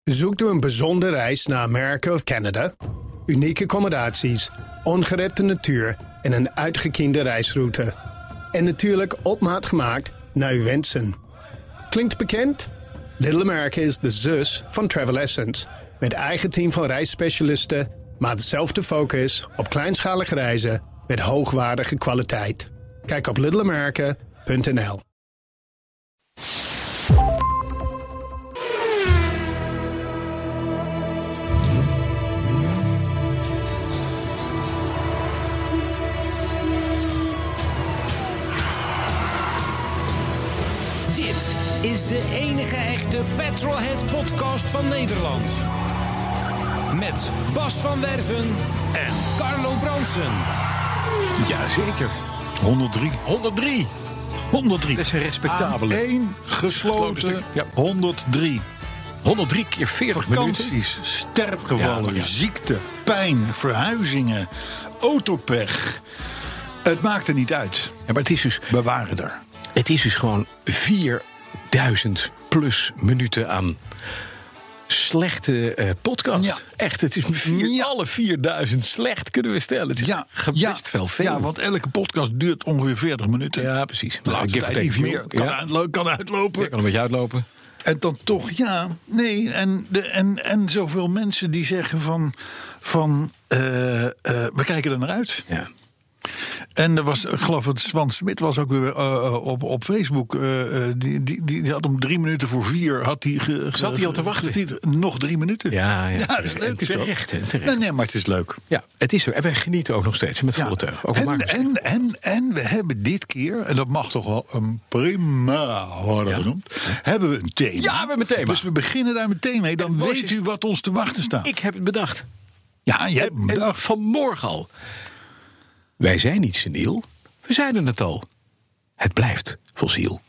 Zoekt u een bijzondere reis naar Amerika of Canada? Unieke accommodaties, ongerepte natuur en een uitgekiende reisroute. En natuurlijk op maat gemaakt naar uw wensen. Klinkt bekend? Little America is de zus van Travel Essence. Met eigen team van reisspecialisten, maar dezelfde focus op kleinschalige reizen met hoogwaardige kwaliteit. Kijk op littleamerica.nl. Is de enige echte Petrolhead-podcast van Nederland. Met Bas van Werven en Carlo Bronsen. Jazeker. 103. 103. 103. Dat is een respectabele. Aan één gesloten Ja. 103. 103 keer 40 Vakanties, minuten. sterfgevallen, Ja. ziekte, pijn, verhuizingen, autopech. Het maakt er niet uit. Ja, maar We waren er. het is dus gewoon 4000 plus minuten aan slechte podcast. Ja. Echt, het is alle 4000 slecht, kunnen we stellen. Het is best veel. Ja, want elke podcast duurt ongeveer 40 minuten. Ja, precies. De laatste tijd iets meer. Kan uitlopen. Ja, kan een beetje uitlopen. En dan toch, en zoveel mensen die zeggen van we kijken er naar uit. Ja. En er was, ik geloof het, Swan Smit was ook weer op Facebook. Die had om 3 minuten voor 4 Zat hij al te wachten? Nog 3 minuten. Ja, dat is leuk. Is dat? Terecht, hè, terecht. Nee, maar het is leuk. Ja, het is zo. En wij genieten ook nog steeds met volle teug. Ook al maken we En we hebben dit keer, en dat mag toch wel een prima worden genoemd, hebben we een thema. Ja, we hebben een thema. Dus we beginnen daar meteen mee. Dan weet u wat ons te wachten staat. Ik heb het bedacht. Ja, jij hebt het En bedacht. vanmorgen al. Wij zijn niet seniel. We zeiden het al. Het blijft fossiel.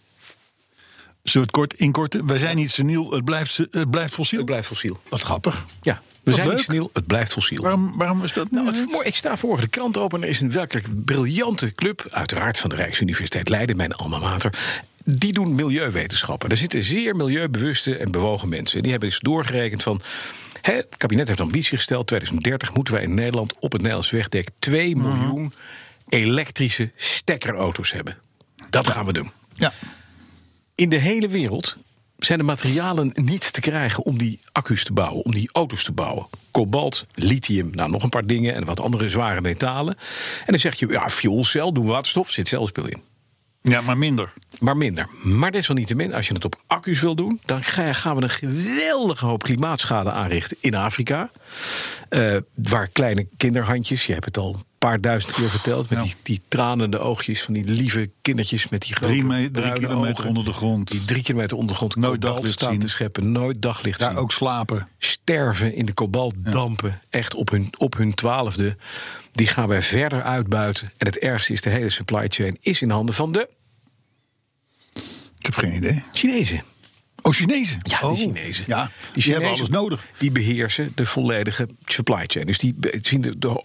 Zullen we het inkorten? Wij zijn niet seniel, het blijft fossiel. Het blijft fossiel. Wat grappig. Ja, we zijn leuk. niet seniel. Het blijft fossiel. Waarom is dat Nou, nu? ik sta voor de krant open. Er is een werkelijk briljante club. Uiteraard van de Rijksuniversiteit Leiden, mijn alma mater. Die doen milieuwetenschappen. Er zitten zeer milieubewuste en bewogen mensen. En die hebben dus doorgerekend van... het kabinet heeft ambitie gesteld. 2030 moeten wij in Nederland op het Nederlands wegdek 2 miljoen elektrische stekkerauto's hebben. Dat gaan we doen. Ja. In de hele wereld zijn de materialen niet te krijgen om die accu's te bouwen, om die auto's te bouwen. Kobalt, lithium, nou nog een paar dingen en wat andere zware metalen. En dan zeg je, ja, fuelcel, doen waterstof, zit zelfspeel in. Ja, maar minder. Maar minder. Maar desalniettemin, als je het op accu's wil doen, dan gaan we een geweldige hoop klimaatschade aanrichten in Afrika. Waar kleine kinderhandjes, je hebt het al een paar duizend keer verteld, met die tranende oogjes van die lieve kindertjes met die grote 3 bruine kilometer ogen, onder de grond. die 3 kilometer onder de grond Nooit kobalt daglicht staan zien. te scheppen, nooit daglicht Daar zien. ook slapen. Sterven in de kobaltdampen, echt op hun 12e. Die gaan wij verder uitbuiten. En het ergste is, de hele supply chain is in handen van de Ik heb geen idee. Chinezen. Oh, Chinezen? Ja, oh. die Chinezen. Ja, Die hebben alles nodig. Die beheersen de volledige supply chain. Dus die zien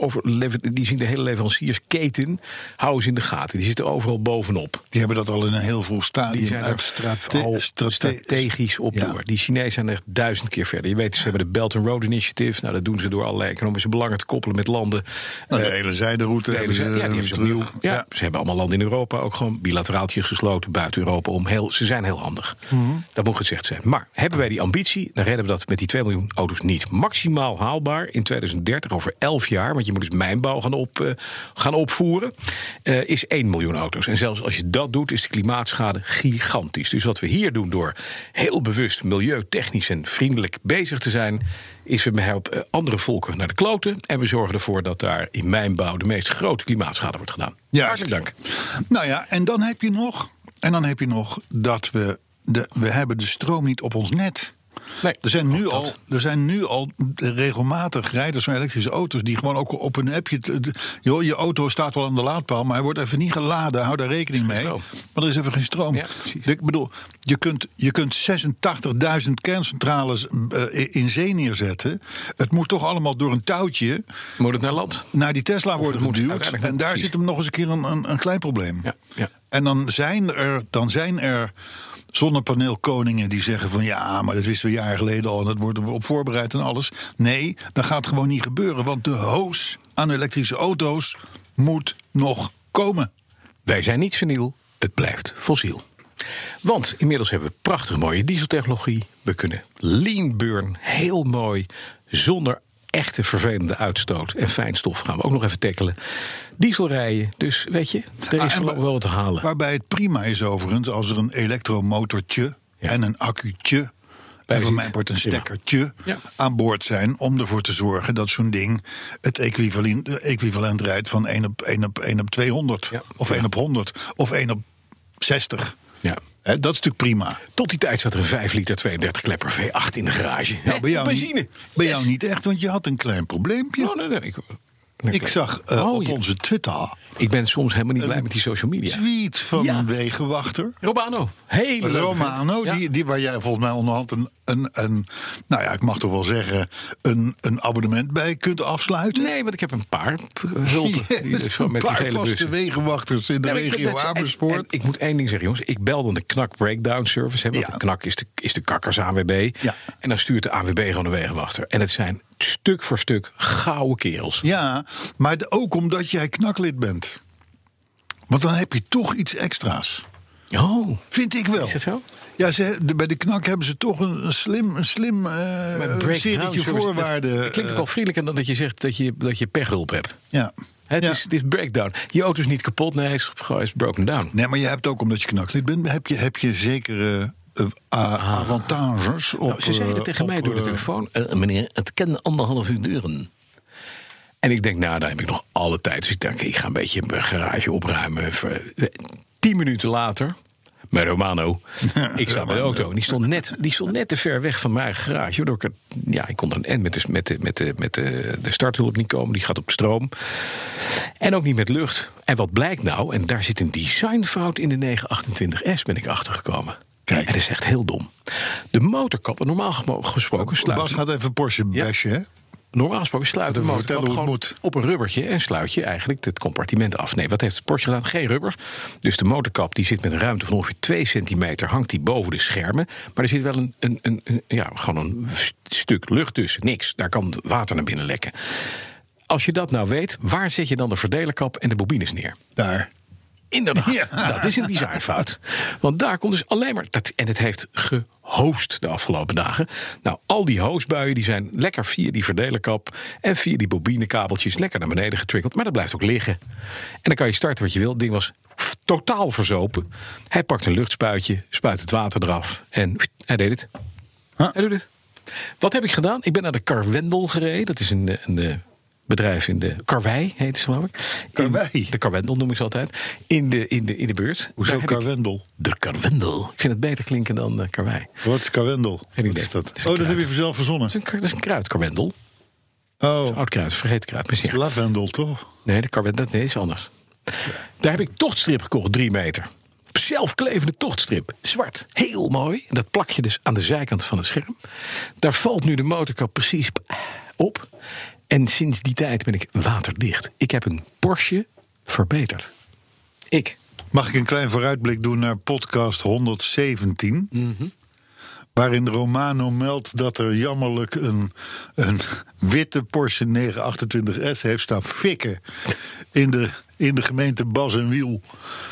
de hele leveranciersketen houden ze in de gaten. Die zitten overal bovenop. Die hebben dat al in een heel vroeg Die stadium zijn uit strategisch op Ja. door. Die Chinezen zijn echt 1000 keer verder. Je weet, ze hebben de Belt and Road Initiative. Nou, dat doen ze door allerlei economische belangen te koppelen met landen. Nou, de hele zijderoute. Die hebben ze opnieuw. Ja, ze hebben allemaal landen in Europa ook gewoon bilateraaltjes gesloten buiten Europa om. Ze zijn heel handig. Dat moet gezegd zijn. Maar hebben wij die ambitie, dan redden we dat met die 2 miljoen auto's niet. Maximaal haalbaar in 2030, over 11 jaar, want je moet dus mijnbouw gaan opvoeren, is 1 miljoen auto's. En zelfs als je dat doet, is de klimaatschade gigantisch. Dus wat we hier doen door heel bewust milieutechnisch en vriendelijk bezig te zijn, is we helpen andere volken naar de kloten. En we zorgen ervoor dat daar in mijnbouw de meest grote klimaatschade wordt gedaan. Juist. Hartelijk dank. Nou ja, en dan heb je nog dat we hebben de stroom niet op ons net. Nee, Er zijn nu al regelmatig rijders van elektrische auto's die gewoon ook op een appje. Je auto staat wel aan de laadpaal, maar hij wordt even niet geladen. Hou daar rekening mee. stroom. Maar er is even geen stroom. Ja, precies. Ik bedoel, je kunt 86.000 kerncentrales in zee neerzetten. Het moet toch allemaal door een touwtje Moet het naar land? naar die Tesla worden het moet geduwd. uiteindelijk En daar precies. zit hem nog eens een keer een klein probleem. Ja. En dan zijn er zonnepaneelkoningen die zeggen van ja, maar dat wisten we jaren geleden al en dat worden we op voorbereid en alles. Nee, dat gaat gewoon niet gebeuren, want de hoos aan elektrische auto's moet nog komen. Wij zijn niet seniel, het blijft fossiel. Want inmiddels hebben we prachtig mooie dieseltechnologie. We kunnen lean burn, heel mooi, zonder echte vervelende uitstoot en fijnstof gaan we ook nog even tackelen. Diesel rijden, dus weet je, er is wel wat te halen. Waarbij het prima is overigens als er een elektromotortje en een accu'tje en van mijn part een stekkertje aan boord zijn om ervoor te zorgen dat zo'n ding het equivalent rijdt van 1 op 200 of 1 op 100 of 1 op 60. Ja. Dat is natuurlijk prima. Tot die tijd zat er een 5 liter 32 klepper V8 in de garage. Nou, bij jou niet echt, want je had een klein probleempje. Oh, nee. Ik zag op onze Twitter. Ik ben soms helemaal niet blij met die social media. Tweet van een wegenwachter. Romano. Die waar jij volgens mij onderhand een nou ja, ik mag toch wel zeggen, een abonnement bij kunt afsluiten. Nee, want ik heb een paar hulpen. Een paar vaste wegenwachters in de regio Amersfoort. Ik moet één ding zeggen, jongens. Ik bel dan de KNAK Breakdown Service. Want de KNAK is de kakkers ANWB. Ja. En dan stuurt de ANWB gewoon een wegenwachter. En het zijn stuk voor stuk gouden kerels. Ja, maar ook omdat jij KNAK-lid bent. Want dan heb je toch iets extra's. Oh. Vind ik wel. Is dat zo? Ja, bij de KNAK hebben ze toch een slim serietje voorwaarden. Het klinkt ook wel vriendelijker dan dat je zegt dat je pechhulp hebt. Ja. Het is breakdown. Je auto is niet kapot, nee, hij is broken down. Nee, maar je hebt ook, omdat je KNAK-lid bent, heb je zekere avantages. Ze zeiden tegen mij door de telefoon, meneer, het kan 1,5 uur duren. En ik denk, nou, daar heb ik nog alle tijd. Dus ik denk, ik ga een beetje mijn garage opruimen. 10 minuten later, met Romano, ik sta bij de auto. En die stond net te ver weg van mijn garage. Waardoor ik kon dan met de starthulp niet komen. Die gaat op stroom. En ook niet met lucht. En wat blijkt nou? En daar zit een designfout in de 928S, ben ik achtergekomen. Kijk. En dat is echt heel dom. De motorkap, normaal gesproken sluit. Bas gaat even Porsche bashen, hè? Normaal gesproken sluit de motorkap gewoon op een rubbertje en sluit je eigenlijk het compartiment af. Nee, wat heeft de Porsche gedaan? Geen rubber. Dus de motorkap die zit met een ruimte van ongeveer 2 centimeter, hangt die boven de schermen. Maar er zit wel gewoon een stuk lucht tussen. Niks. Daar kan water naar binnen lekken. Als je dat nou weet, waar zet je dan de verdelerkap en de bobines neer? Daar. Inderdaad, dat is een designfout. Want daar komt dus alleen maar... En het heeft gehost de afgelopen dagen. Nou, al die hoosbuien die zijn lekker via die verdelerkap en via die bobinekabeltjes lekker naar beneden getrikkeld. Maar dat blijft ook liggen. En dan kan je starten wat je wil. Het ding was totaal verzopen. Hij pakt een luchtspuitje, spuit het water eraf en hij deed het. Hij doet het. Wat heb ik gedaan? Ik ben naar de Karwendel gereden. Dat is een bedrijf in de Karwei, heet het geloof ik. Karwei? De Karwendel noem ik ze altijd. In de buurt. Hoezo Karwendel? De Karwendel. Ik vind het beter klinken dan Karwei. Wat is Karwendel? Wat is dat? Dat heb je zelf verzonnen. Dat is een kruid, Karwendel. Oh. Oud kruid, vergeten kruid. Ja. Lavendel, toch? Nee, de Karwendel is anders. Ja. Daar heb ik tochtstrip gekocht, 3 meter. Zelfklevende tochtstrip. Zwart. Heel mooi. En dat plak je dus aan de zijkant van het scherm. Daar valt nu de motorkap precies op. En sinds die tijd ben ik waterdicht. Ik heb een Porsche verbeterd. Mag ik een klein vooruitblik doen naar podcast 117? Mm-hmm. Waarin Romano meldt dat er jammerlijk een witte Porsche 928S heeft staan fikken in de gemeente Bas en Wiel.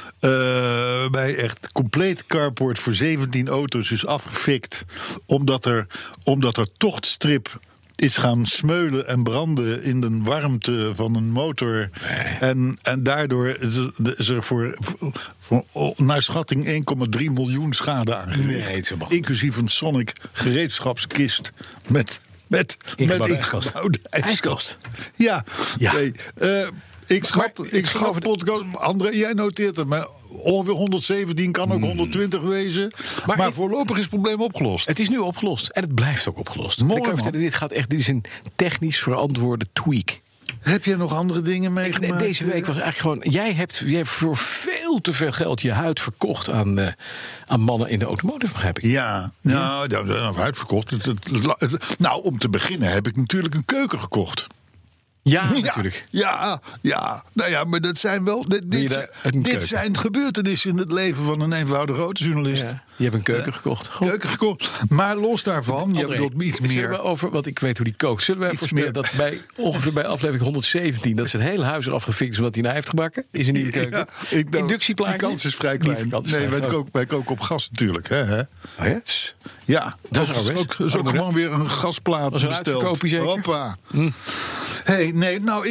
Bij echt compleet carport voor 17 auto's is afgefikt. Omdat er tochtstrip is gaan smeulen en branden in de warmte van een motor. Nee. En daardoor is er voor naar schatting 1,3 miljoen schade aangericht. Nee, inclusief een Sonic gereedschapskist met ingebouwde ijskast. Ja. Nee, ik schat podcast. André, jij noteert het, maar ongeveer 117 kan ook 120 wezen. Maar voorlopig is het probleem opgelost. Het is nu opgelost en het blijft ook opgelost. Mooi, ik kan vertellen, dit is een technisch verantwoorde tweak. Heb jij nog andere dingen meegemaakt? Deze week was eigenlijk gewoon... Jij hebt voor veel te veel geld je huid verkocht aan mannen in de automotive, begrijp ik. Ja, huid verkocht. Nou, om te beginnen heb ik natuurlijk een keuken gekocht. Ja, natuurlijk. Ja. Nou ja, maar dat zijn wel... Dit zijn gebeurtenissen in het leven van een eenvoudige autojournalist. Ja, je hebt een keuken gekocht. Maar los daarvan, je bedoelt iets meer... Zullen we over, want ik weet hoe die kookt. Zullen wij voorspellen dat ongeveer bij aflevering 117... dat zijn hele huis eraf gefikt is omdat hij heeft gebakken? Is een nieuwe keuken. Inductieplaatje? Die kans is vrij klein. Wij koken op gas natuurlijk. Hè? Oh ja? Ja, dat is ook gewoon weer een gasplaat besteld. Dat is een uitverkoopje zeker? Hoppa. Hey, nee, nou,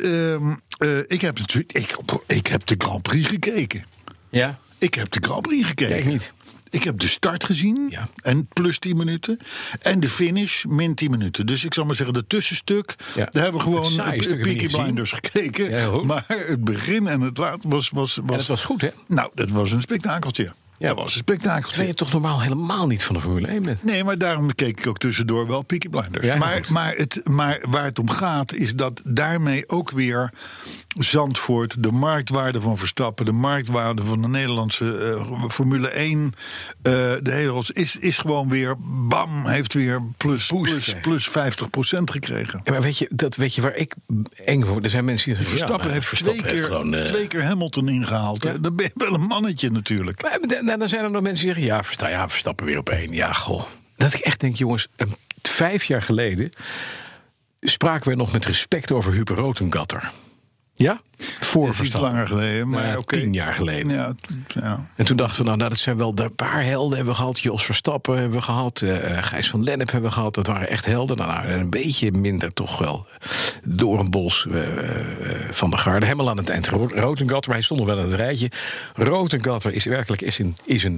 ik heb de Grand Prix gekeken. Ja? Ik heb de Grand Prix gekeken. Kijk niet. Ik heb de start gezien, en plus 10 minuten. En de finish, min 10 minuten. Dus ik zal maar zeggen, de tussenstuk... daar hebben we gewoon Peaky Blinders gekeken. Ja, maar het begin en het laat was... En het was goed, hè? Nou, dat was een spektakeltje. Ja. Dat was een spektakel. Terwijl je toch normaal helemaal niet van de Formule 1 bent? Nee, maar daarom keek ik ook tussendoor wel Peaky Blinders. Ja, maar waar het om gaat is dat daarmee ook weer Zandvoort, de marktwaarde van Verstappen, de marktwaarde van de Nederlandse Formule 1, de hele rots is gewoon weer, bam, heeft weer plus 50% gekregen. Ja, maar weet je waar ik eng voor? Er zijn mensen die zeggen, Verstappen heeft twee keer Hamilton ingehaald. Ja. Dan ben je wel een mannetje natuurlijk. Maar dan zijn er nog mensen die zeggen, Verstappen weer op 1. Ja, goh. Dat ik echt denk, jongens, 5 jaar geleden spraken we nog met respect over Huub Rotengatter. Ja? Voor iets langer geleden, maar 10 jaar geleden. Ja. En toen dachten we, nou, dat zijn wel de paar helden hebben we gehad. Jos Verstappen hebben we gehad. Gijs van Lennep hebben we gehad. Dat waren echt helden. Nou, een beetje minder toch wel. Doornbos, Van der Garde. Helemaal aan het eind. Rotengatter, maar hij stond nog wel in het rijtje. Rotengatter is werkelijk is een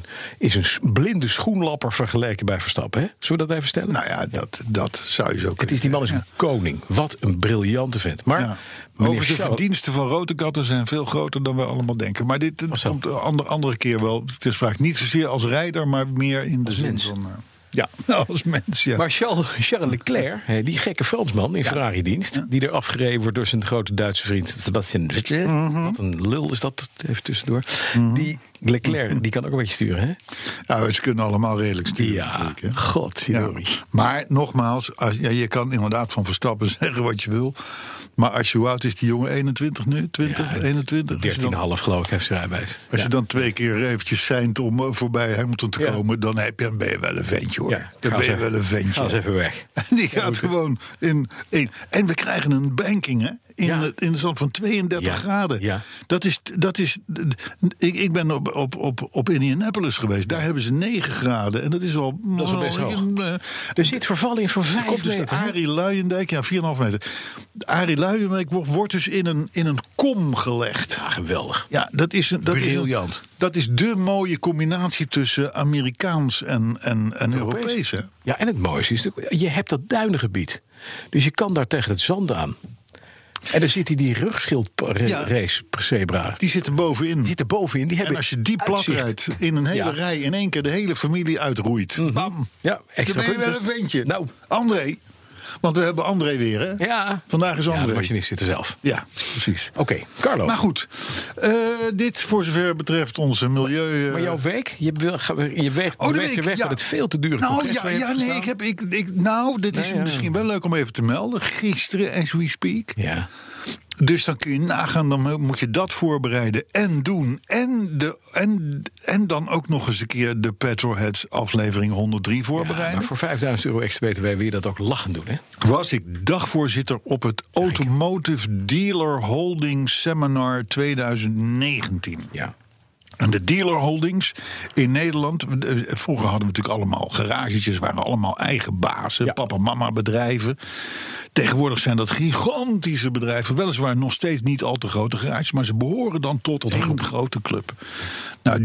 blinde schoenlapper vergeleken bij Verstappen. Hè? Zullen we dat even stellen? Nou ja, dat zou je zo kunnen. Die man is een koning. Wat een briljante vent. Maar over de verdiensten van Rotengatter zijn veel groter dan we allemaal denken. Maar dit komt een andere keer wel. Het is vaak niet zozeer als rijder, maar meer in de zin van... als mens, ja. Maar Charles Leclerc, die gekke Fransman in Ferrari-dienst... die er afgereden wordt door zijn grote Duitse vriend Sebastian Vettel. Wat een lul is dat, even tussendoor. Die Leclerc, die kan ook een beetje sturen, hè? Ja, ze kunnen allemaal redelijk sturen. Ja, godverdorie. Ja. Maar nogmaals, je kan inderdaad van Verstappen zeggen wat je wil... Maar als je hoe oud is die jongen? 21 nu? 20? 21? 13,5 geloof ik heeft zijn rijbewijs. Als je dan 2 keer eventjes seint om voorbij Hamilton te komen... dan ben je wel een ventje, hoor. Ja, dan ben je wel een ventje. Ga eens even weg. Die gaat gewoon in één. En we krijgen een banking, hè? In de zon van 32 graden. Ja. Dat is. Ik ben op Indianapolis geweest. Daar hebben ze 9 graden. En dat is al best hoog. Er zit verval in van 5 meter. Komt dus de Arie Luijendijk, 4,5 meter. Arie Luijendijk wordt dus in een kom gelegd. Ja, geweldig. Ja, briljant. Dat is de mooie combinatie tussen Amerikaans en Europees. Hè? Ja, en het mooiste is, je hebt dat duinengebied. Dus je kan daar tegen het zand aan. En dan zit die rugschildrace zebra. Die zitten bovenin. En als je die plat rijdt in een hele rij... in één keer de hele familie uitroeit. Bam. Ja, extra dan ben je wel een ventje. Nou. André. Want we hebben André weer, hè? Ja. Vandaag is André. Ja, de machinist zit er zelf. Ja, precies. Oké, Carlo. Maar goed, dit voor zover betreft onze milieu... Maar jouw week? Je weg met het veel te dure congres. Dit is misschien wel leuk om even te melden. Gisteren, as we speak... Ja. Dus dan kun je nagaan, dan moet je dat voorbereiden en doen. En dan ook nog eens een keer de Petrolheads aflevering 103 voorbereiden. Ja, maar voor €5.000 extra BTW wil je dat ook lachend doen, hè? Was ik dagvoorzitter op het Automotive Dealer Holding Seminar 2019. Ja. En de dealerholdings in Nederland... Vroeger hadden we natuurlijk allemaal garagetjes... waren allemaal eigen bazen, papa-mama bedrijven. Tegenwoordig zijn dat gigantische bedrijven. Weliswaar nog steeds niet al te grote garages... maar ze behoren dan tot een grote club. Nou,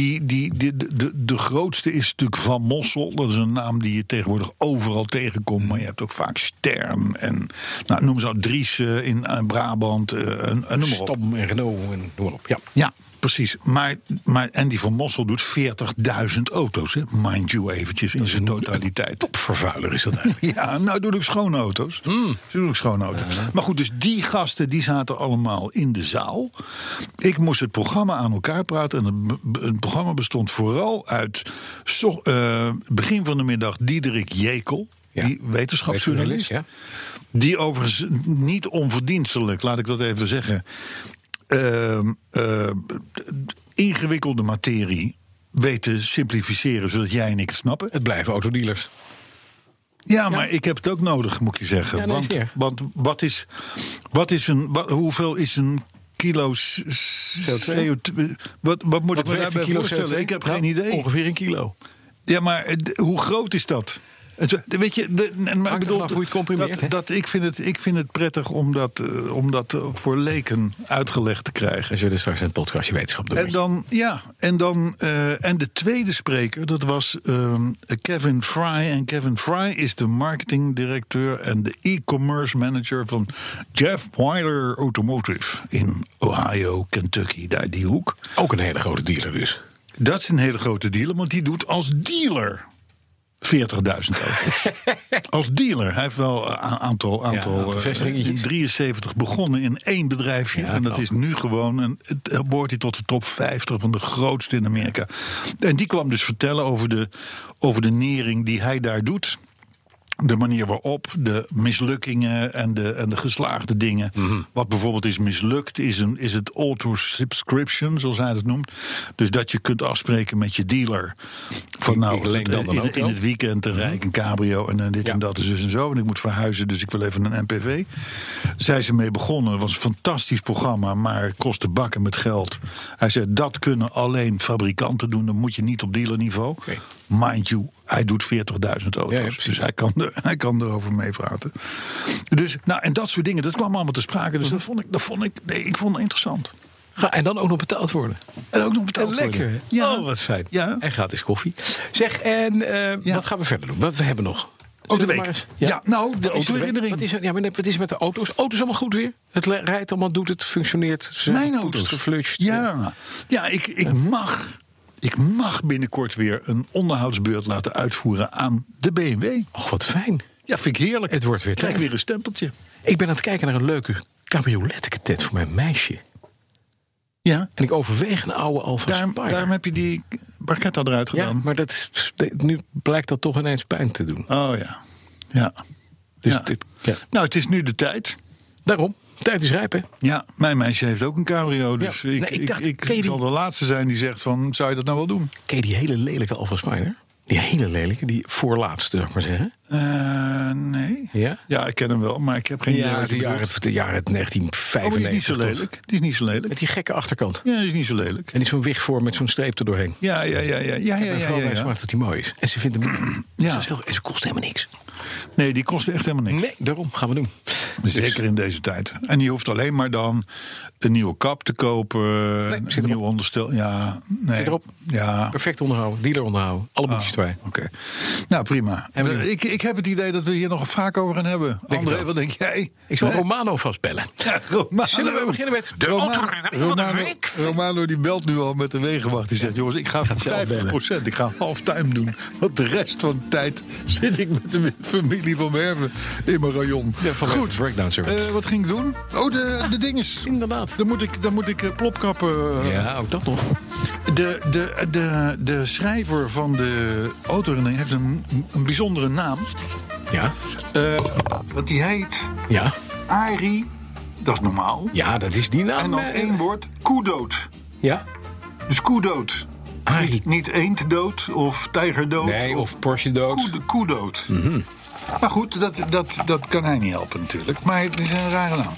de grootste is natuurlijk Van Mossel. Dat is een naam die je tegenwoordig overal tegenkomt. Maar je hebt ook vaak Stern en noem ze Dries in Brabant. En noem maar op. Stom en Renault en noem maar op. Ja. Precies, maar en die Van Mossel doet 40.000 auto's, hè? Mind you eventjes in zijn totaliteit. Topvervuiler is dat eigenlijk. Ja, nou doe ik schone auto's. Maar goed, dus die gasten die zaten allemaal in de zaal. Ik moest het programma aan elkaar praten. En het programma bestond vooral uit begin van de middag Diederik Jekel. die wetenschapsjournalist. Ja. Die overigens niet onverdienstelijk, laat ik dat even zeggen, ingewikkelde materie weet te simplificeren, zodat jij en ik het snappen. Het blijven autodealers. Ja, maar ik heb het ook nodig, moet je zeggen. Ja, nee, want hoeveel is een kilo CO2? Wat moet ik me daarbij voorstellen? Ik heb geen idee. Ongeveer 1 kilo. Ja, maar hoe groot is dat? Weet je, maar ik bedoel, hoe je het comprimeert, ik vind het prettig om dat voor leken uitgelegd te krijgen. We zullen straks in het podcastje wetenschap doen. En de tweede spreker, dat was Kevin Fry. En Kevin Fry is de marketingdirecteur en de e-commerce manager van Jeff Wyler Automotive in Ohio, Kentucky, daar die hoek. Ook een hele grote dealer dus. Dat is een hele grote dealer, want die doet als dealer 40.000 auto's. Als dealer. Hij heeft wel een aantal in 73 begonnen in 1 bedrijfje. Ja, en dat is nu gewoon, en het behoort hij tot de top 50 van de grootste in Amerika. En die kwam dus vertellen over de nering die hij daar doet. De manier waarop, de mislukkingen en de geslaagde dingen. Mm-hmm. Wat bijvoorbeeld is mislukt, is het auto-subscription, zoals hij het noemt. Dus dat je kunt afspreken met je dealer. Van in het weekend een rijk een cabrio en dit en dat en zo. En ik moet verhuizen, dus ik wil even een MPV. Zijn ze mee begonnen. Het was een fantastisch programma, maar kostte bakken met geld. Hij zei, dat kunnen alleen fabrikanten doen. Dat moet je niet op dealerniveau. Okay. Mind you, hij doet 40.000 auto's. Ja, dus hij kan erover meepraten. Dus, en dat soort dingen, dat kwam allemaal te sprake. Dus ik vond het interessant. En dan ook nog betaald worden. Lekker. Ja. Oh, wat fijn. Ja. En gratis koffie. Zeg, wat gaan we verder doen? Wat we hebben nog. De week. De autoherinnering. Wat is er met de auto's? Auto's allemaal goed weer? Het rijdt allemaal, doet het, functioneert. Mijn auto's. Geflushed. Ja, ik mag binnenkort weer een onderhoudsbeurt laten uitvoeren aan de BMW. Och, wat fijn. Ja, vind ik heerlijk. Het wordt weer krijg weer een stempeltje. Ik ben aan het kijken naar een leuke cabriolet-ketet voor mijn meisje. Ja. En ik overweeg een oude Alfa Spider. Daarom heb je die Barchetta eruit gedaan. Ja, maar nu blijkt dat toch ineens pijn te doen. Oh ja. Dus Nou, het is nu de tijd. Daarom. Tijd is rijp, hè? Ja, mijn meisje heeft ook een cabrio. Dus ik zal de laatste zijn die zegt van, zou je dat nou wel doen? Ken je die hele lelijke Alfa Spider? Die hele lelijke, die voorlaatste, zou ik maar zeggen. Nee. Ja? Ja, ik ken hem wel, maar ik heb geen idee. De jaren 1995. Die is niet zo lelijk. Die is niet zo lelijk. Met die gekke achterkant. Ja, die is niet zo lelijk. En die zo'n wigvorm met zo'n streep er doorheen. Ja. Smaakt dat die mooi is. En ze vindt hem. En ze kost helemaal niks. Nee, die kost echt helemaal niks. Nee, daarom gaan we doen. Zeker in deze tijd. En je hoeft alleen maar dan een nieuwe kap te kopen. Een nieuw onderstel. Ja, nee. Zit erop. Ja. Perfect onderhouden. Dealer onderhouden. Alle boekjes erbij. Oké. Nou, prima. Ik heb het idee dat we hier nog vaak over gaan hebben. André, wat denk jij? Ik zal Romano vastbellen. Ja, Romano. Zullen we beginnen met de autoherinnering van de week? Romano die belt nu al met de wegenwacht. Die zegt, jongens, ik ga 50%. Ik ga halftime doen. Want de rest van de tijd zit ik met de familie van Werven in mijn rayon. Ja, goed. Breakdown service. Wat ging ik doen? Oh, de dinges. Inderdaad. Dan moet ik plopkappen. Ja, ook dat nog. De schrijver van de autoherinnering heeft een bijzondere naam. Ja. Want die heet... Ja. Arie. Dat is normaal. Ja, dat is die naam. En dan 1 woord. Koedood. Ja. Dus koedood. Arie. Niet eenddood of tijgerdood. Nee, of Porsche dood. Koedood. Mm-hmm. Maar goed, dat kan hij niet helpen natuurlijk. Maar het is een rare naam.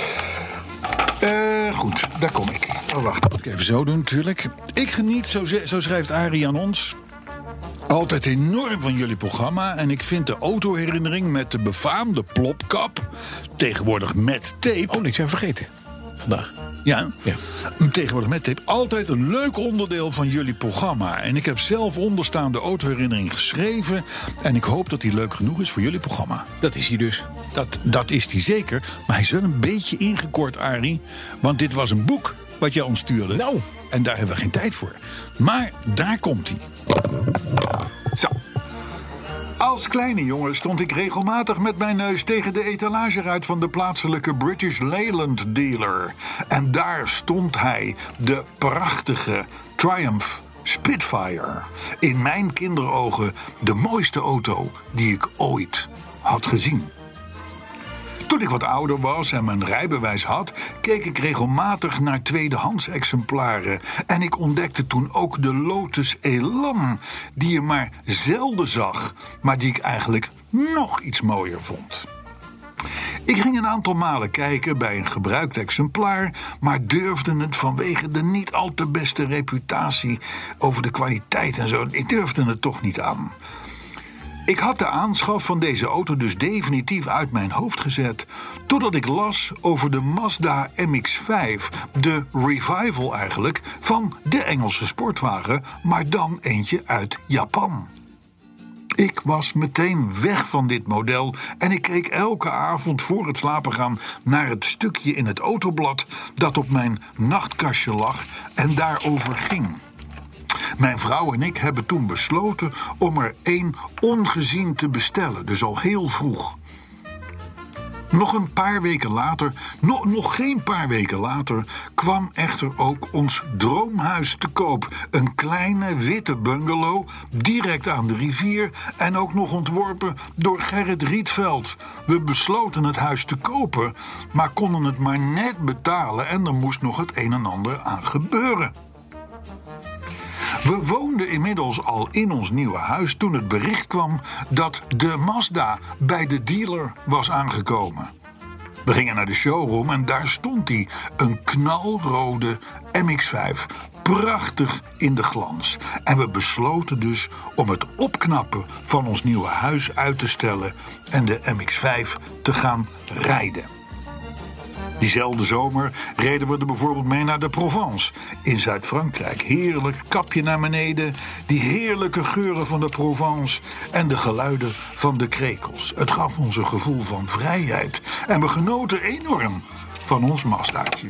Goed, daar kom ik. Oh, wacht. Dat moet ik even zo doen natuurlijk. Ik geniet, zo schrijft Arie aan ons, altijd enorm van jullie programma. En ik vind de autoherinnering met de befaamde plopkap, tegenwoordig met tape... Oh, niks zijn vergeten vandaag. Ja, tegenwoordig met tape. Altijd een leuk onderdeel van jullie programma. En ik heb zelf onderstaande autoherinnering geschreven. En ik hoop dat die leuk genoeg is voor jullie programma. Dat is hij dus. Dat is die zeker. Maar hij is wel een beetje ingekort, Arie. Want dit was een boek wat jij ons stuurde. Nou. En daar hebben we geen tijd voor. Maar daar komt hij. Zo. Als kleine jongen stond ik regelmatig met mijn neus tegen de etalageruit van de plaatselijke British Leyland dealer. En daar stond hij, de prachtige Triumph Spitfire. In mijn kinderogen de mooiste auto die ik ooit had gezien. Toen ik wat ouder was en mijn rijbewijs had, keek ik regelmatig naar tweedehands exemplaren. En ik ontdekte toen ook de Lotus Elan, die je maar zelden zag, maar die ik eigenlijk nog iets mooier vond. Ik ging een aantal malen kijken bij een gebruikt exemplaar, maar durfde het vanwege de niet al te beste reputatie over de kwaliteit en zo. Ik durfde het toch niet aan. Ik had de aanschaf van deze auto dus definitief uit mijn hoofd gezet, totdat ik las over de Mazda MX-5, de revival eigenlijk, van de Engelse sportwagen, maar dan eentje uit Japan. Ik was meteen weg van dit model en ik keek elke avond voor het slapen gaan naar het stukje in het autoblad dat op mijn nachtkastje lag en daarover ging. Mijn vrouw en ik hebben toen besloten om er één ongezien te bestellen, dus al heel vroeg. Nog geen paar weken later kwam echter ook ons droomhuis te koop. Een kleine witte bungalow, direct aan de rivier en ook nog ontworpen door Gerrit Rietveld. We besloten het huis te kopen, maar konden het maar net betalen en er moest nog het een en ander aan gebeuren. We woonden inmiddels al in ons nieuwe huis toen het bericht kwam dat de Mazda bij de dealer was aangekomen. We gingen naar de showroom en daar stond hij, een knalrode MX-5, prachtig in de glans. En we besloten dus om het opknappen van ons nieuwe huis uit te stellen en de MX-5 te gaan rijden. Diezelfde zomer reden we er bijvoorbeeld mee naar de Provence in Zuid-Frankrijk. Heerlijk, kapje naar beneden, die heerlijke geuren van de Provence en de geluiden van de krekels. Het gaf ons een gevoel van vrijheid en we genoten enorm van ons Mazdaatje.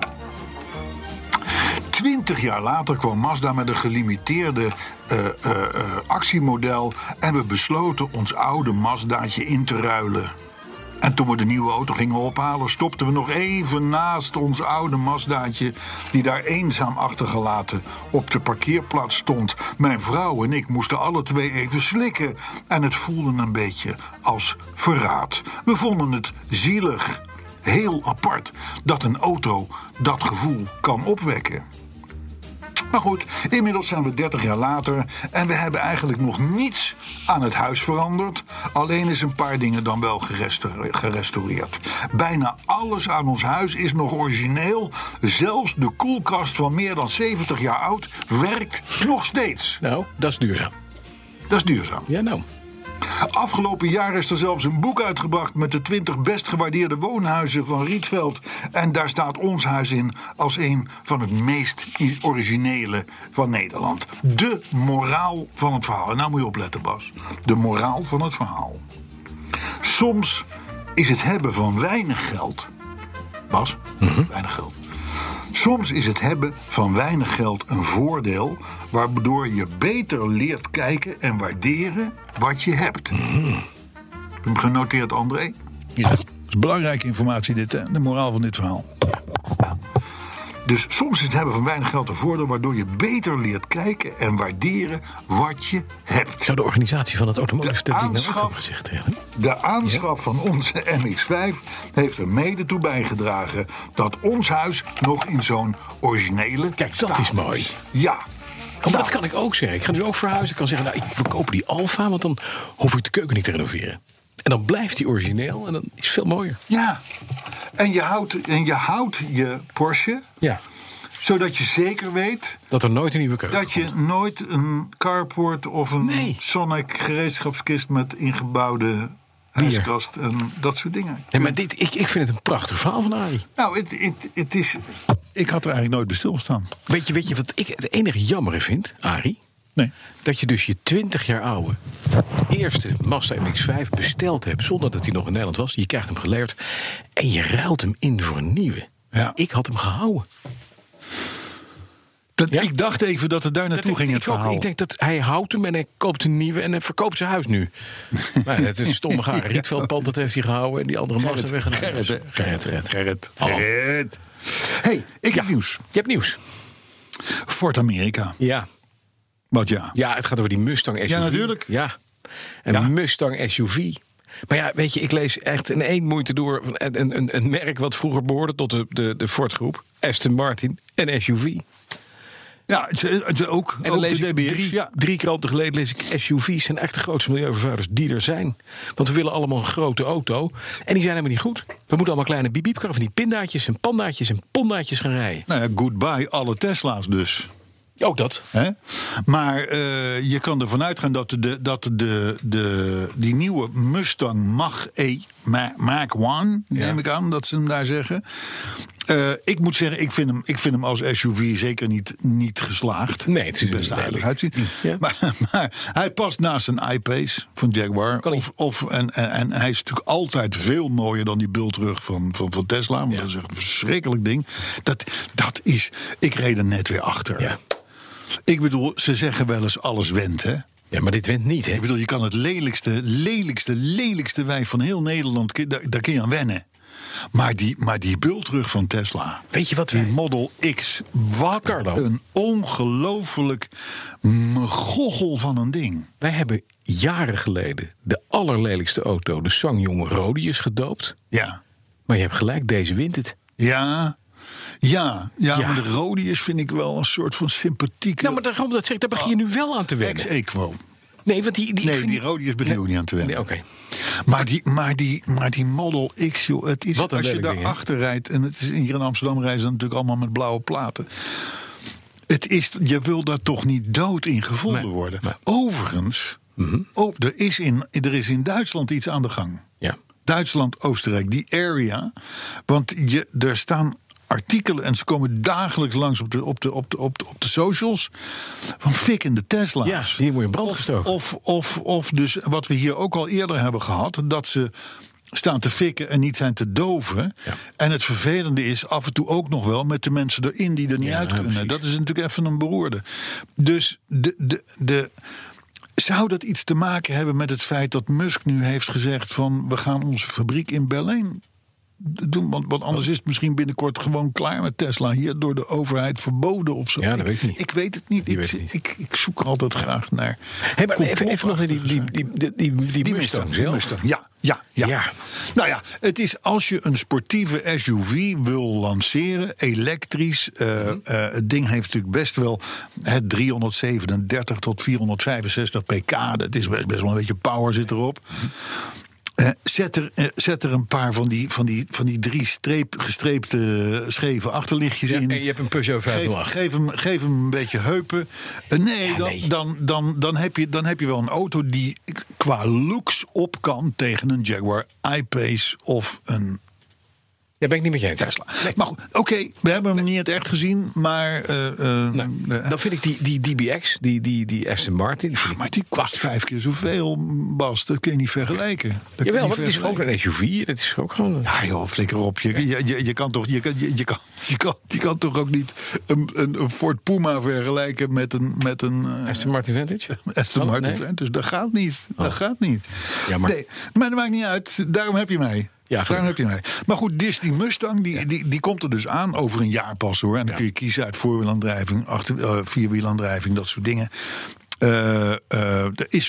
20 jaar later kwam Mazda met een gelimiteerde actiemodel en we besloten ons oude Mazdaatje in te ruilen. En toen we de nieuwe auto gingen ophalen, stopten we nog even naast ons oude Mazdaatje, die daar eenzaam achtergelaten op de parkeerplaats stond. Mijn vrouw en ik moesten alle twee even slikken en het voelde een beetje als verraad. We vonden het zielig, heel apart, dat een auto dat gevoel kan opwekken. Maar goed, inmiddels zijn we 30 jaar later en we hebben eigenlijk nog niets aan het huis veranderd. Alleen is een paar dingen dan wel gerestaureerd. Bijna alles aan ons huis is nog origineel. Zelfs de koelkast van meer dan 70 jaar oud werkt nog steeds. Nou, dat is duurzaam. Dat is duurzaam. Ja, nou. Afgelopen jaar is er zelfs een boek uitgebracht met de 20 best gewaardeerde woonhuizen van Rietveld. En daar staat ons huis in als een van het meest originele van Nederland. De moraal van het verhaal. En nou moet je opletten, Bas. De moraal van het verhaal. Soms is het hebben van weinig geld. Bas, weinig geld. Soms is het hebben van weinig geld een voordeel, waardoor je beter leert kijken en waarderen wat je hebt. Heb je hem genoteerd, André? Ja. Dat is belangrijke informatie, dit, hè? De moraal van dit verhaal. Dus soms is het hebben van weinig geld een voordeel, waardoor je beter leert kijken en waarderen wat je hebt. Zou de organisatie van het automotive ding nou ook gezegd hebben? De aanschaf van onze MX-5 heeft er mede toe bijgedragen dat ons huis nog in zo'n originele Kijk, dat is mooi. Ja. Maar dat kan ik ook zeggen. Ik ga nu ook verhuizen. Ik kan zeggen, nou, ik verkoop die Alfa, want dan hoef ik de keuken niet te renoveren. En dan blijft die origineel en dan is het veel mooier. Ja. En je houdt je Porsche. Ja. Zodat je zeker weet dat er nooit een nieuwe keuken dat je nooit een carport of een Sonic gereedschapskist met ingebouwde ijskast en dat soort dingen. Nee, maar ik vind het een prachtig verhaal van Arie. Nou, het is... Ik had er eigenlijk nooit bij stilgestaan. Weet je wat ik het enige jammer vind, Arie? Nee. Dat je dus je 20 jaar oude eerste Mazda MX-5 besteld hebt zonder dat hij nog in Nederland was. Je krijgt hem geleverd en je ruilt hem in voor een nieuwe. Ja. Ik had hem gehouden. Ja? Ik dacht even dat het daar naartoe ging, het verhaal. Ik denk dat hij houdt hem en hij koopt een nieuwe en hij verkoopt zijn huis nu. Maar het is stomme gaar. Rietveldpand, dat heeft hij gehouden en die andere Mazda weggedaan. Gerrit. Hey, ik heb nieuws. Je hebt nieuws. Ford Amerika. Ja. Wat ja? Ja, het gaat over die Mustang SUV. Ja, natuurlijk. Ja, een Mustang SUV. Maar ja, weet je, ik lees echt in één moeite door een merk wat vroeger behoorde tot de Ford-groep. Aston Martin, een SUV. Ja, het ook. En dan lees de ik DBX. drie kranten geleden lees ik SUV's zijn echt de grootste milieuvervuilers die er zijn. Want we willen allemaal een grote auto. En die zijn helemaal niet goed. We moeten allemaal kleine biepkar van die pindaatjes en pandaatjes en pondaatjes gaan rijden. Nou ja, goodbye alle Tesla's dus. Ook dat. Hè? Maar je kan ervan uitgaan dat die nieuwe Mustang Mach-E, Mach-1, neem ik aan dat ze hem daar zeggen. Ik moet zeggen, ik vind hem als SUV zeker niet geslaagd. Nee, het is best aardig uitzien. Ja. Maar hij past naast een I-Pace van Jaguar. En hij is natuurlijk altijd veel mooier dan die bultrug van Tesla. Want dat is echt een verschrikkelijk ding. Dat is... Ik reed er net weer achter. Ja. Ik bedoel, ze zeggen wel eens alles wendt, hè? Ja, maar dit went niet, hè? Ik bedoel, je kan het lelijkste wijf van heel Nederland... Daar kun je aan wennen. Maar die bultrug van Tesla... Weet je wat die Model X, wat Carlo, een ongelooflijk gochel van een ding. Wij hebben jaren geleden de allerlelijkste auto, de SsangYong Rodius, gedoopt. Ja. Maar je hebt gelijk, deze wint het. Ja, maar de Rodius vind ik wel een soort van sympathieke... Nou, maar daar begin je nu wel aan te wennen. Ex-Equo. Nee, want die Rodius begin je ook niet aan te wennen. Nee, oké. Maar die Model X, joh, het is, als je daar achter rijdt... en het is hier in Amsterdam reizen natuurlijk allemaal met blauwe platen... je wil daar toch niet dood in gevonden worden. Nee. Overigens, er is in Duitsland iets aan de gang. Ja. Duitsland, Oostenrijk, die area. Want er staan artikelen en ze komen dagelijks langs op de socials van fikkende Tesla's. Ja, die moet je in brand gestoken. Of dus wat we hier ook al eerder hebben gehad, dat ze staan te fikken en niet zijn te doven. Ja. En het vervelende is af en toe ook nog wel met de mensen erin die er niet uit kunnen. Precies. Dat is natuurlijk even een beroerde. Dus zou dat iets te maken hebben met het feit dat Musk nu heeft gezegd van we gaan onze fabriek in Berlijn doen? Want anders is het misschien binnenkort gewoon klaar met Tesla. Hier door de overheid verboden of zo. Ja, dat weet ik niet. Ik weet het niet. Ik zoek er altijd graag naar. Hey, maar even nog naar die Mustang. Die Mustang, ja. Nou ja, het is als je een sportieve SUV wil lanceren, elektrisch. Het ding heeft natuurlijk best wel 337 tot 465 pk. Dat is best wel een beetje power zit erop. Zet er een paar van die drie gestreepte scheve achterlichtjes in. En je hebt een Peugeot 508. Geef hem een beetje heupen. Dan heb je wel een auto die qua looks op kan tegen een Jaguar I-Pace of een... Ja, ben ik niet met jij. Tesla. Nee. Maar goed, oké, we hebben hem niet in het echt gezien, maar... dan vind ik die DBX, die Aston Martin... maar die kost 5 keer zoveel, Bas. Dat kun je niet vergelijken. Jawel, maar het is ook een SUV. Dat is ook gewoon... Ja joh, flikker op. Je kan toch ook niet een Ford Puma vergelijken met een Aston Martin Vantage? Aston Martin Vantage, dat gaat niet. Dat gaat niet. Jammer. Nee, maar dat maakt niet uit. Daarom heb je mij. Ja, daar heb je mij. Maar goed, die Mustang die komt er dus aan over een jaar pas hoor. En dan kun je kiezen uit voorwielaandrijving, vierwielaandrijving, dat soort dingen. Er is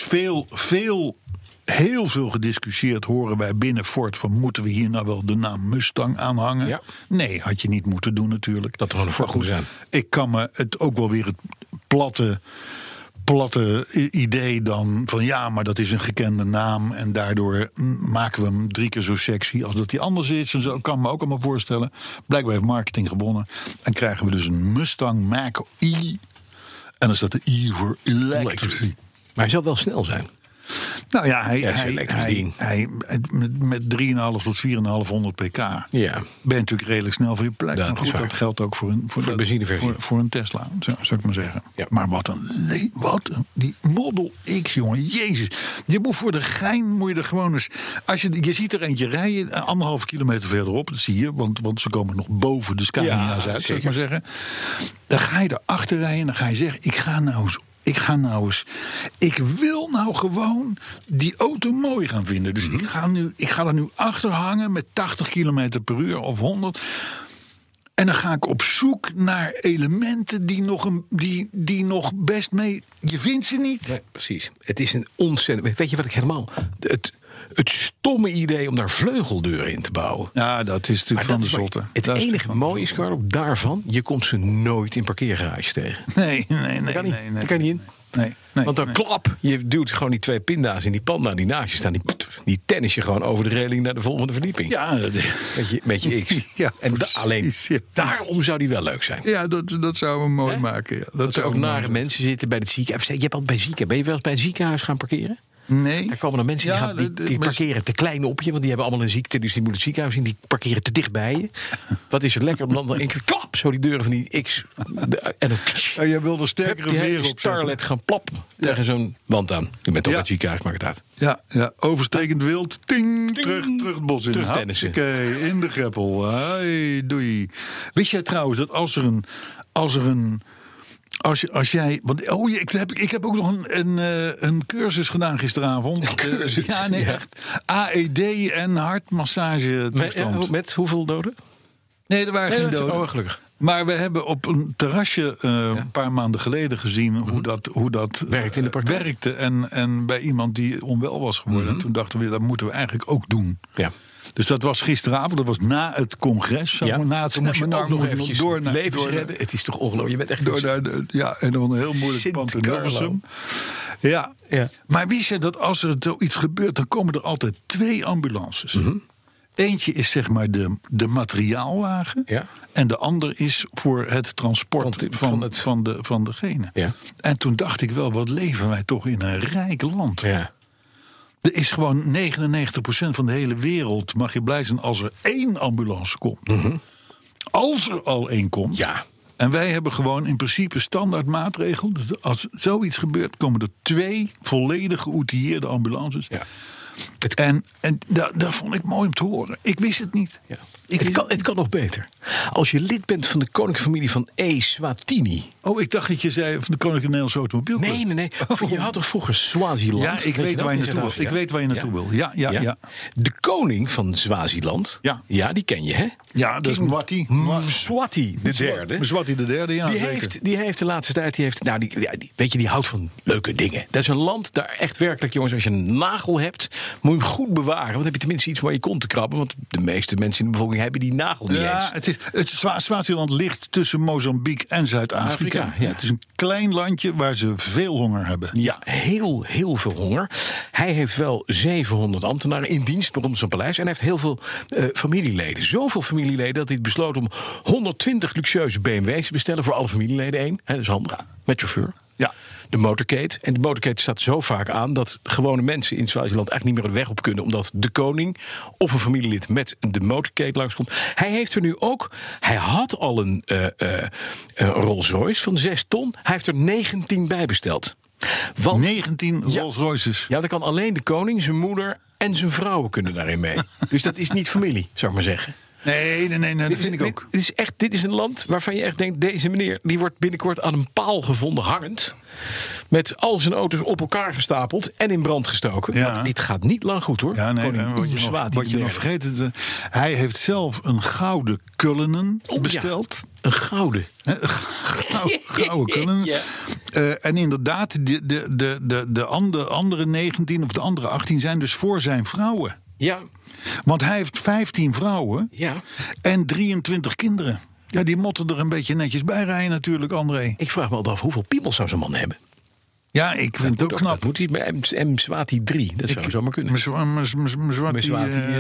heel veel gediscussieerd, horen wij binnen Ford, van moeten we hier nou wel de naam Mustang aanhangen? Ja. Nee, had je niet moeten doen natuurlijk. Dat er gewoon een Ford moet zijn. Ik kan me het ook wel weer het platte idee dan van ja, maar dat is een gekende naam en daardoor maken we hem 3 keer zo sexy als dat hij anders is. En zo kan me ook allemaal voorstellen. Blijkbaar heeft marketing gewonnen en krijgen we dus een Mustang Mach-E en dan staat de E voor electric. Maar hij zal wel snel zijn. Nou ja, hij met 3,5 tot 4,500 pk. Ja. Ben je natuurlijk redelijk snel voor je plek. Maar goed, dat geldt ook voor een Tesla, zou ik maar zeggen. Ja. Maar die Model X, jongen, jezus. Je moet voor de gein, moet je er gewoon eens... Je ziet er eentje rijden, 1,5 kilometer verderop, dat zie je, want ze komen nog boven de Scania's uit, zou ik maar zeggen. Dan ga je erachter rijden en dan ga je zeggen, ik wil nou gewoon die auto mooi gaan vinden. Dus ik ga er nu achter hangen met 80 km per uur of 100. En dan ga ik op zoek naar elementen die nog best mee... Je vindt ze niet. Nee, precies. Het is een ontzettend... Weet je wat ik helemaal... Het stomme idee om daar vleugeldeuren in te bouwen. Ja, dat is natuurlijk van de zotte. Het enige mooie is, Carlo, daarvan... je komt ze nooit in parkeergarages tegen. Nee. Dat kan niet in. Nee. Want dan klap, je duwt gewoon die 2 pinda's in die panda die naast je staan. Die tennis je gewoon over de reling naar de volgende verdieping. Ja, met je X. Ja, en precies, alleen ja. daarom zou die wel leuk zijn. Ja, dat zou hem mooi maken. Ja. Dat er ook nare mensen zitten bij het ziekenhuis. Je hebt altijd bij ziekenhuis. Ben je wel eens bij een ziekenhuis gaan parkeren? Nee. Daar komen dan mensen die parkeren te klein op je. Want die hebben allemaal een ziekte, dus die moeten het ziekenhuis in. Die parkeren te dicht bij je. Wat is het lekker om dan één keer klap, zo die deuren van die X. En dan jij wil er sterkere veren op zetten. Starlet gaan plap tegen zo'n wand aan. Je bent toch bij het ziekenhuis, maakt het uit. Ja, overstekend wild. Ting. Terug het bos in. Terug tennissen. Oké, in de greppel. Hoi, doei. Wist jij trouwens dat als jij... Want, ik heb ook nog een cursus gedaan gisteravond. Echt. AED en hartmassage toestand. Met hoeveel doden? Nee, er waren geen doden. Oh, gelukkig. Maar we hebben op een terrasje een paar maanden geleden gezien hoe dat werkt in de praktijk. Werkte. En bij iemand die onwel was geworden. En toen dachten we, dat moeten we eigenlijk ook doen. Ja. Dus dat was gisteravond, dat was na het congres. Na het seminar nog eventjes levens redden. Het is toch ongelooflijk. Je bent echt en dan een heel moeilijk pand in Hilversum. Ja. Maar wist je dat als er zoiets gebeurt, dan komen er altijd 2 ambulances. Mm-hmm. Eentje is zeg maar de materiaalwagen. Ja. En de ander is voor het transport van degene. Ja. En toen dacht ik wel, wat leven wij toch in een rijk land. Ja. Er is gewoon 99% van de hele wereld, mag je blij zijn als er 1 ambulance komt. Mm-hmm. Als er al 1 komt. Ja. En wij hebben gewoon in principe standaard maatregel. Dus als zoiets gebeurt, komen er 2 volledig geoutilleerde ambulances. Ja. En dat vond ik mooi om te horen. Ik wist het niet. Ja. Het kan nog beter. Als je lid bent van de koninklijke familie van Eswatini. Oh, ik dacht dat je zei van de Koninklijke Nederlandse Automobielclub. Nee. Je had toch vroeger Swaziland? Ja, ik weet waar je naartoe wil. Ik weet waar je naartoe wil. Ja. De koning van Swaziland. Ja, die ken je, hè? Ja, dat is Mswati de derde. Mswati de derde, ja. Die heeft de laatste tijd. Die houdt van leuke dingen. Dat is een land daar echt werkelijk, jongens, als je een nagel hebt, moet je hem goed bewaren. Want dan heb je tenminste iets waar je kont te krabben. Want de meeste mensen in de bevolking hebben die nagel niet eens. Het Swaziland ligt tussen Mozambique en Zuid-Afrika. Ja. Het is een klein landje waar ze veel honger hebben. Ja, heel veel honger. Hij heeft wel 700 ambtenaren in dienst rondom zijn paleis. En hij heeft heel veel familieleden. Zoveel familieleden dat hij besloot om 120 luxueuze BMW's te bestellen voor alle familieleden 1. Dat is handig. Met chauffeur. Ja. De motorcade. En de motorcade staat zo vaak aan dat gewone mensen in Swaziland eigenlijk niet meer de weg op kunnen, omdat de koning of een familielid met de motorcade langskomt. Hij heeft er nu ook. Hij had al een Rolls Royce van 6 ton. Hij heeft er 19 bij besteld. 19 Rolls Royces. Ja, dan kan alleen de koning, zijn moeder en zijn vrouwen kunnen daarin mee. Dus dat is niet familie, zou ik maar zeggen. Nee, dat vind ik ook. Dit is een land waarvan je echt denkt, deze meneer die wordt binnenkort aan een paal gevonden hangend. Met al zijn auto's op elkaar gestapeld en in brand gestoken. Ja. Want dit gaat niet lang goed, hoor. Ja, nee, wat je nog vergeet, hij heeft zelf een gouden Cullinan besteld. Ja. Een gouden. Gouden Cullinan. Ja. En inderdaad, de andere 19 of de andere 18 zijn dus voor zijn vrouwen. Ja. Want hij heeft 15 vrouwen en 23 kinderen. Ja, die motten er een beetje netjes bij rijden natuurlijk, André. Ik vraag me al af, hoeveel piemels zou zo'n man hebben? Ja, ik vind het ook knap. Dat moet hij bij Mswati 3. Dat zou zomaar kunnen. Mswati,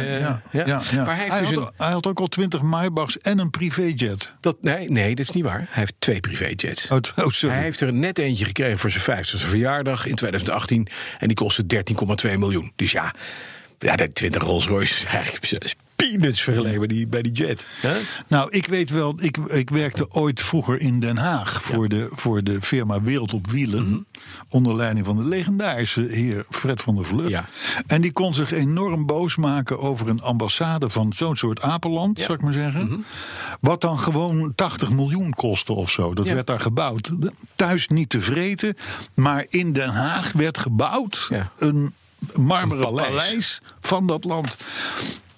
Maar hij had ook al 20 Maybachs en een privéjet. Nee, dat is niet waar. Hij heeft 2 privéjets. Sorry. Hij heeft er net eentje gekregen voor zijn 50e verjaardag in 2018. En die kostte 13,2 miljoen. Dus ja, de 20 Rolls Royce is eigenlijk peanuts vergeleken bij die jet. Huh? Nou, ik weet wel, ik werkte ooit vroeger in Den Haag voor de firma Wereld op Wielen. Mm-hmm. Onder leiding van de legendarische heer Fred van der Vlucht. Ja. En die kon zich enorm boos maken over een ambassade van zo'n soort apenland, zou ik maar zeggen. Mm-hmm. Wat dan gewoon 80 miljoen kostte of zo. Dat werd daar gebouwd. Thuis niet te vreten, maar in Den Haag werd gebouwd een marmeren paleis van dat land.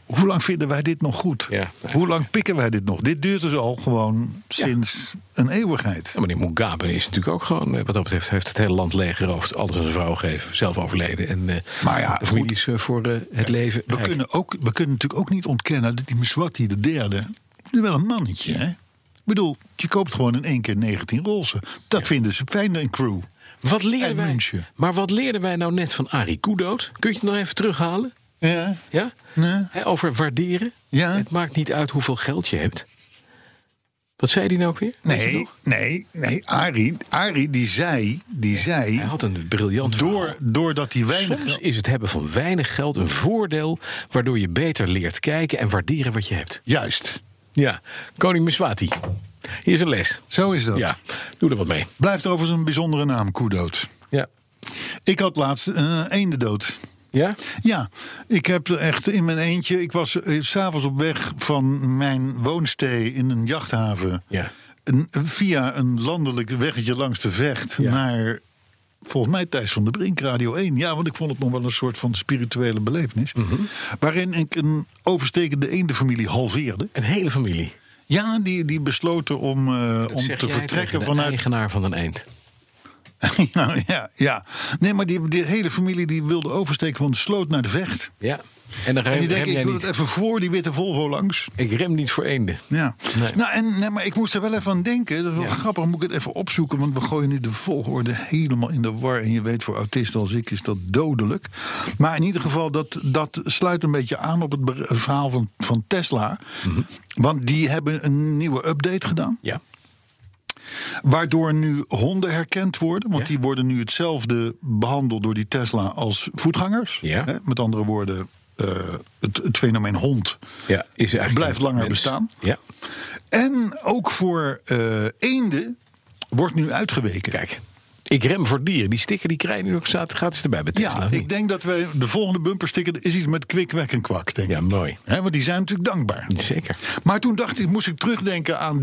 hoe lang vinden wij dit nog goed? Ja. Hoe lang pikken wij dit nog? Dit duurt dus al gewoon sinds een eeuwigheid. Ja, meneer Mugabe is natuurlijk ook gewoon, wat dat betreft, heeft het hele land leeggeroofd, alles aan zijn vrouw gegeven, zelf overleden. En Maar ja, de familie is voor het leven. We kunnen natuurlijk ook niet ontkennen dat die Mswati de derde is wel een mannetje, hè? Ik bedoel, je koopt gewoon in 1 keer 19 rolsen. Dat vinden ze fijn, een crew. Wat leerden wij? München. Maar wat leerden wij nou net van Arie Koedoot? Kun je het nog even terughalen? Ja. Ja? Nee. Over waarderen? Ja. Het maakt niet uit hoeveel geld je hebt. Wat zei hij nou ook weer? Weet je nog? Nee. Arie die zei... Hij had een briljant verhaal. Doordat hij weinig... Soms is het hebben van weinig geld een voordeel, waardoor je beter leert kijken en waarderen wat je hebt. Juist. Ja, koning Mswati. Hier is een les. Zo is dat. Ja, doe er wat mee. Blijft overigens een bijzondere naam, Koedoot. Ja. Ik had laatst eendendood. Ja? Ja, ik heb er echt in mijn eentje... Ik was 's avonds op weg van mijn woonstee in een jachthaven... Ja. Via een landelijk weggetje langs de Vecht... Ja. naar, volgens mij, Thijs van der Brink, Radio 1. Ja, want ik vond het nog wel een soort van spirituele belevenis. Mm-hmm. Waarin ik een overstekende eendenfamilie halveerde. Een hele familie. Ja, die besloten om te vertrekken vanuit... de eigenaar van een eend. Ja. Nee, maar die hele familie die wilde oversteken van de Sloot naar de Vecht. Ja. En dan En die denken, ik doe niet. het even voor die witte Volvo langs. Ik rem niet voor eenden. Ja. Nee. Nou, maar ik moest er wel even aan denken. Dat is wel grappig, moet ik het even opzoeken. Want we gooien nu de volgorde helemaal in de war. En je weet, voor autisten als ik is dat dodelijk. Maar in ieder geval, dat sluit een beetje aan op het verhaal van Tesla. Mm-hmm. Want die hebben een nieuwe update gedaan. Ja. Waardoor nu honden herkend worden. Want die worden nu hetzelfde behandeld door die Tesla als voetgangers. Ja. Met andere woorden, het fenomeen hond is blijft langer bestaan. Ja. En ook voor eenden wordt nu uitgeweken. Kijk, ik rem voor dieren. Die sticker die krijg je nu ook gratis erbij bij Tesla. Ja, ik denk dat we de volgende bumpersticker is iets met kwik, wek en kwak. Denk ik. Mooi. Want die zijn natuurlijk dankbaar. Zeker. Maar toen moest ik terugdenken aan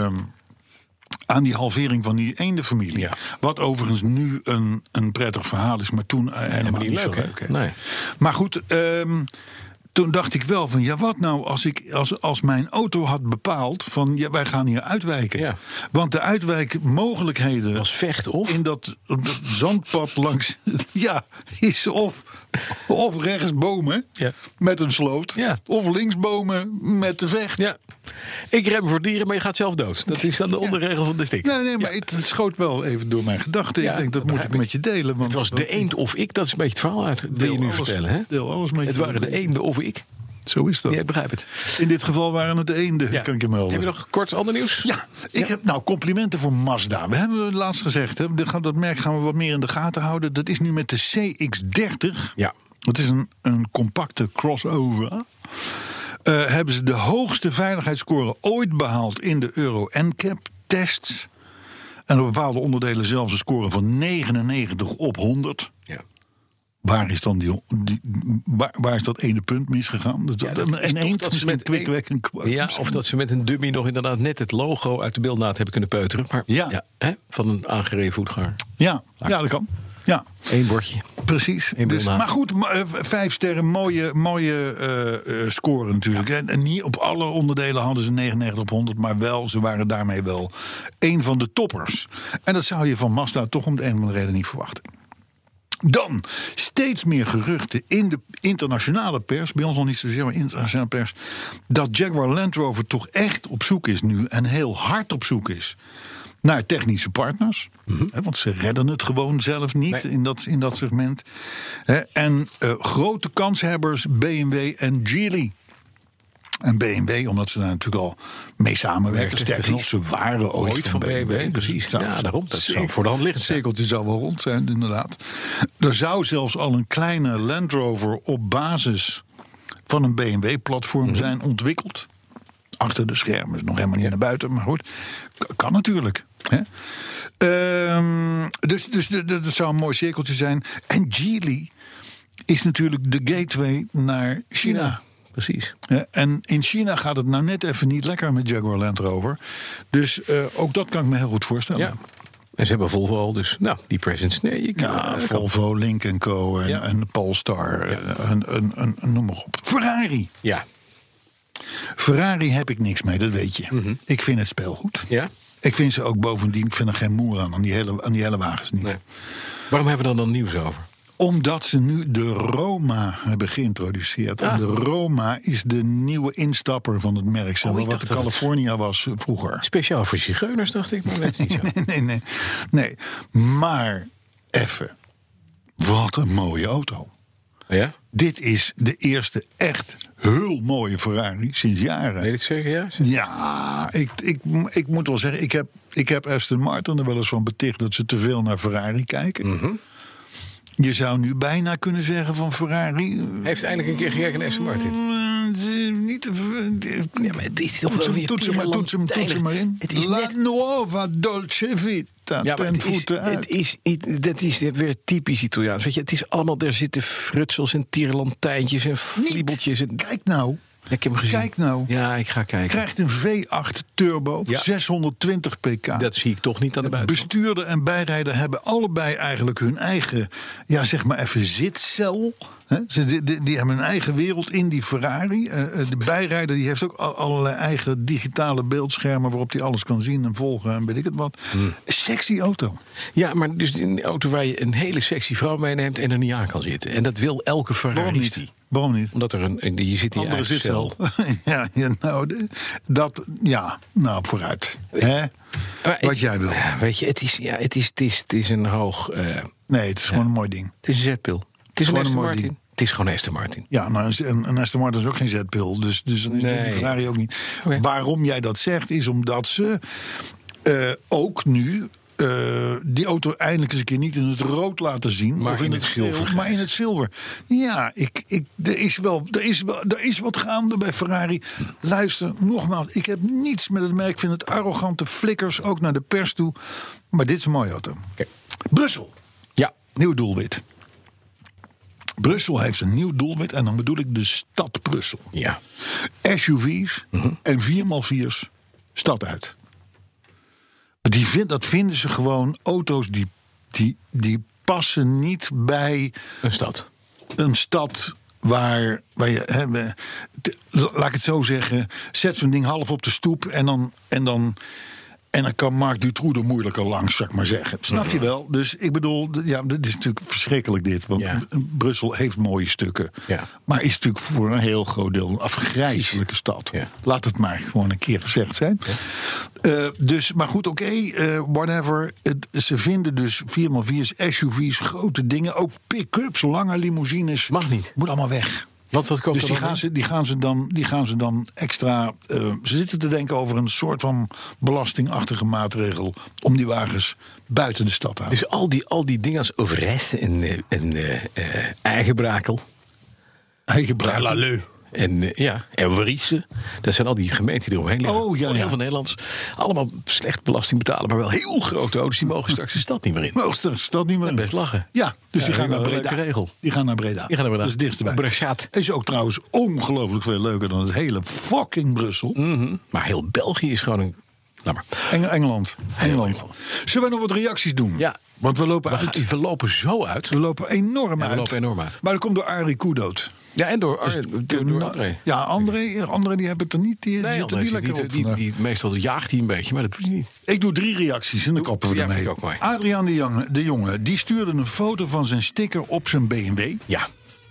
die halvering van die eendenfamilie. Ja. Wat overigens nu een prettig verhaal is, maar toen helemaal niet zo leuk. Hè? Nee. Maar goed, toen dacht ik wel van, ja, wat nou als mijn auto had bepaald van, ja, wij gaan hier uitwijken. Ja. Want de uitwijkmogelijkheden was Vecht of in dat zandpad langs, is of rechts bomen met een sloot, of links bomen met de Vecht. Ja. Ik rem voor dieren, maar je gaat zelf dood. Dat is dan de onderregel van de stik. Nee, maar het schoot wel even door mijn gedachten. Ik denk, dat moet ik met je delen. Want het was de eend of ik, dat is een beetje het verhaal uit. Wil je nu vertellen, hè? Deel alles met je. Het waren de eenden of ik. Zo is dat. Ja, ik begrijp het. In dit geval waren het de eenden, kan ik je melden. Heb je nog kort ander nieuws? Ja, ik heb complimenten voor Mazda. We hebben laatst gezegd, dat merk gaan we wat meer in de gaten houden. Dat is nu met de CX-30. Ja. Dat is een compacte crossover. Hebben ze de hoogste veiligheidsscore ooit behaald in de Euro NCAP-tests. En op bepaalde onderdelen zelfs een score van 99 op 100. Ja. Waar is dan waar is dat ene punt misgegaan? Of dat ze met een dummy nog inderdaad net het logo uit de beeldnaad hebben kunnen peuteren. Maar van een aangereden voetganger. Ja, dat kan. Ja. 1 bordje. Precies. Dus, maar goed, 5 sterren, mooie score natuurlijk. Ja. En niet op alle onderdelen hadden ze 99 op 100, maar wel, ze waren daarmee wel een van de toppers. En dat zou je van Mazda toch om de een of andere reden niet verwachten. Dan steeds meer geruchten in de internationale pers, bij ons nog niet zozeer, maar internationale pers, dat Jaguar Land Rover toch echt op zoek is nu en heel hard op zoek is naar technische partners. Mm-hmm. Want ze redden het gewoon zelf niet in dat segment. En grote kanshebbers BMW en Geely. En BMW, omdat ze daar natuurlijk al mee samenwerken. Sterker nog, ze waren ooit van BMW. Precies, daarom. Dat zou voor de hand liggen. Het cirkeltje zou wel rond zijn, inderdaad. Er zou zelfs al een kleine Land Rover op basis van een BMW-platform zijn ontwikkeld. Achter de schermen is nog helemaal niet naar buiten, maar goed. Kan natuurlijk. Dus dat zou een mooi cirkeltje zijn. En Geely is natuurlijk de gateway naar China. Ja. Precies. En in China gaat het nou net even niet lekker met Jaguar Land Rover. Dus ook dat kan ik me heel goed voorstellen. En ze hebben Volvo al, dus die presence. Nee, Volvo, Link & Co. en Polestar. Noem maar op. Ferrari. Ja. Ferrari heb ik niks mee, dat weet je. Mm-hmm. Ik vind het speelgoed. Ja? Ik vind ze ook bovendien, ik vind er geen moer aan die hele wagens niet. Nee. Waarom hebben we dan nieuws over? Omdat ze nu de Roma hebben geïntroduceerd. En de Roma is de nieuwe instapper van het merk. Wat de California was vroeger. Speciaal voor zigeuners, dacht ik. Maar dat is niet zo. Nee. Maar even. Wat een mooie auto. Ja? Dit is de eerste echt heel mooie Ferrari sinds jaren. Weet je het zeggen, ja? Ja, ik moet wel zeggen, ik heb Aston Martin er wel eens van beticht dat ze te veel naar Ferrari kijken. Mm-hmm. Je zou nu bijna kunnen zeggen van Ferrari... Hij heeft eindelijk een keer gekeken naar Aston Martin. Niet te... Ja, maar het is toch wel weer toets hem maar in. Het is La net... Nuova Dolce Vita. Ja, maar dat is weer typisch Italiaans. Weet je, het is allemaal, er zitten frutsels en tierenlantijntjes en fliebeltjes. Kijk nou. Ik heb hem gezien. Kijk nou. Ja, ik ga kijken. Krijgt een V8 turbo, 620 pk. Dat zie ik toch niet aan de buitenkant. Bestuurder en bijrijder hebben allebei eigenlijk hun eigen, zeg maar even zitcel. Die hebben een eigen wereld in die Ferrari. De bijrijder die heeft ook allerlei eigen digitale beeldschermen waarop hij alles kan zien en volgen en weet ik het wat. Sexy auto. Ja, maar dus een auto waar je een hele sexy vrouw meeneemt en er niet aan kan zitten. En dat wil elke Ferrari. Waarom niet? Omdat er je zit in je eigen cel. vooruit. Wat jij wil. Weet je, het is een hoog... nee, het is gewoon een mooi ding. Het is een zetpil. Het is gewoon een mooi ding. Het is gewoon Aston Martin. Ja, nou, een Aston Martin is ook geen zetpil. Dus dan is die Ferrari ook niet. Okay. Waarom jij dat zegt, is omdat ze ook nu... die auto eindelijk eens een keer niet in het rood laten zien. Maar of in het zilver. Maar in het zilver. Ja, er is wat gaande bij Ferrari. Luister, nogmaals, ik heb niets met het merk. Ik vind het arrogante flikkers, ook naar de pers toe. Maar dit is een mooie auto. Okay. Brussel. Ja. Nieuw doelwit. Brussel heeft een nieuw doelwit. En dan bedoel ik de stad Brussel. Ja. SUV's en 4x4's stad uit. Dat vinden ze gewoon auto's die passen niet bij een stad waar je... laat ik het zo zeggen, zet zo'n ding half op de stoep en dan kan Marc Dutroux er moeilijker langs, zou ik maar zeggen. Snap je wel? Dus ik bedoel, dit is natuurlijk verschrikkelijk dit. Want Brussel heeft mooie stukken. Ja. Maar is natuurlijk voor een heel groot deel een afgrijzelijke stad. Ja. Laat het maar gewoon een keer gezegd zijn. Ja. Maar goed, whatever. Ze vinden dus 4x4's, SUV's, grote dingen. Ook pick-ups, lange limousines. Mag niet. Moet allemaal weg. Wat komt dus er die gaan ze dan extra... ze zitten te denken over een soort van belastingachtige maatregel... om die wagens buiten de stad te houden. Dus al die dingen als Overijse en Eigenbrakel. Laleu. En Overijse. Dat zijn al die gemeenten die eromheen liggen. Heel veel Nederlands. Allemaal slecht belasting betalen, maar wel heel grote auto's. Die mogen straks de stad niet meer in. Best lachen. Ja, dus die gaan naar Breda. Die gaan naar Breda. Dat is dichtstbij. Brechat. Is ook trouwens ongelooflijk veel leuker dan het hele fucking Brussel. Mm-hmm. Maar heel België is gewoon een... Engeland. Zullen we nog wat reacties doen? Ja. Want we lopen zo uit. We lopen enorm uit. Maar dat komt door Arie Koedood. Ja, en door André. Ja, André die hebben het er niet. Die zitten niet lekker op. Meestal jaagt hij een beetje, maar dat doet hij niet. Ik doe 3 reacties en dan koppen we ermee. Ook mooi. Adriaan de Jonge, die stuurde een foto van zijn sticker op zijn BMW. Ja.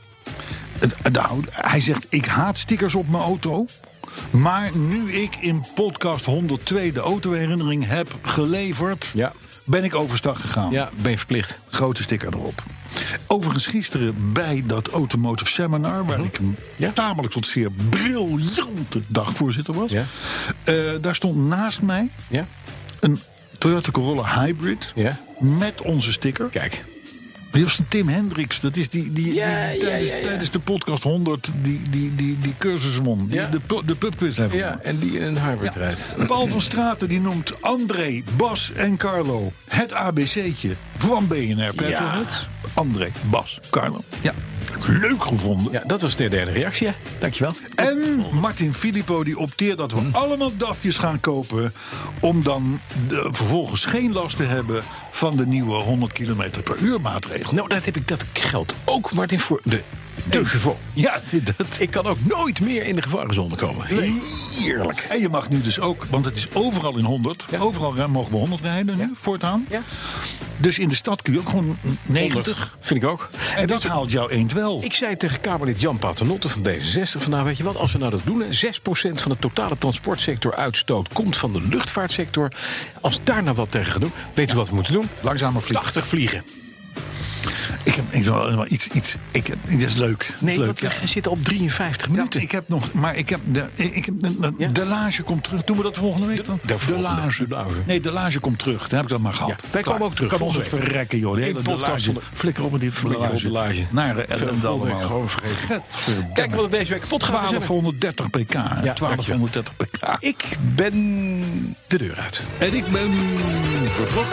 Hij zegt, ik haat stickers op mijn auto. Maar nu ik in podcast 102 de autoherinnering heb geleverd... Ja. Ben ik overstag gegaan. Ja, ben je verplicht. Grote sticker erop. Overigens gisteren bij dat Automotive Seminar... waar ik een tamelijk tot zeer briljante dagvoorzitter was... Ja. Daar stond naast mij een Toyota Corolla Hybrid... met onze sticker. Kijk. Die was van Tim Hendricks. Dat is die tijdens de podcast 100 die cursus won. De pubquiz heeft gewonnen. Ja, en die in een hybrid rijdt. Paul van Straten die noemt André, Bas en Carlo het ABC'tje van BNR Petrolheads. André, Bas, Carlo. Ja. leuk gevonden. Ja, dat was de derde reactie, hè? Dankjewel. En Martin Filippo die opteert dat we allemaal DAFjes gaan kopen... om dan vervolgens geen last te hebben van de nieuwe 100 km per uur maatregel. Nou, dat geldt ook, Martin, voor de geval. Ja, dat... Ik kan ook nooit meer in de gevarenzone komen. Heerlijk. En je mag nu dus ook, want het is overal in 100. Ja. Overal mogen we 100 rijden nu, voortaan. Ja. Dus in de stad kun je ook gewoon 90. 100, vind ik ook. En dat haalt jouw eend wel. Ik zei tegen Kamerlid Jan Paternotte van D66... van nou, weet je wat, als we nou dat doen... 6% van de totale transportsector uitstoot komt van de luchtvaartsector. Als daar nou wat tegen gaan doen, weet u wat we moeten doen? Langzamer vliegen. 80 vliegen. Ik heb wel iets. Dit is leuk. Nee, dat is leuk, we zitten op 53 minuten. De Lage komt terug. Doen we dat volgende week dan? De Lage. Nee, de Lage komt terug. Daar heb ik dat maar gehad. Ja, wij komen ook terug. Kan ons het verrekken, joh. De hele Lage. Flikker op met dit de Lage. Nare ellende allemaal. Gewoon vergeten. Kijk wat het deze week kapot gaat. 1230 pk. Ja, 1230 pk. Ik ben de deur uit. En ik ben vertrokken.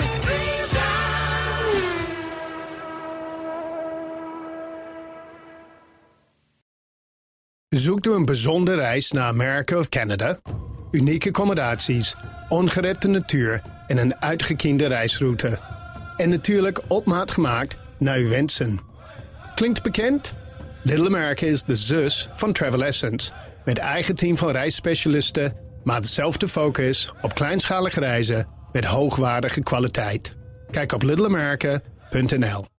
Zoekt u een bijzondere reis naar Amerika of Canada? Unieke accommodaties, ongerepte natuur en een uitgekiende reisroute. En natuurlijk op maat gemaakt naar uw wensen. Klinkt bekend? Little America is de zus van Travel Essence. Met eigen team van reisspecialisten, maar dezelfde focus op kleinschalige reizen met hoogwaardige kwaliteit. Kijk op littleamerica.nl.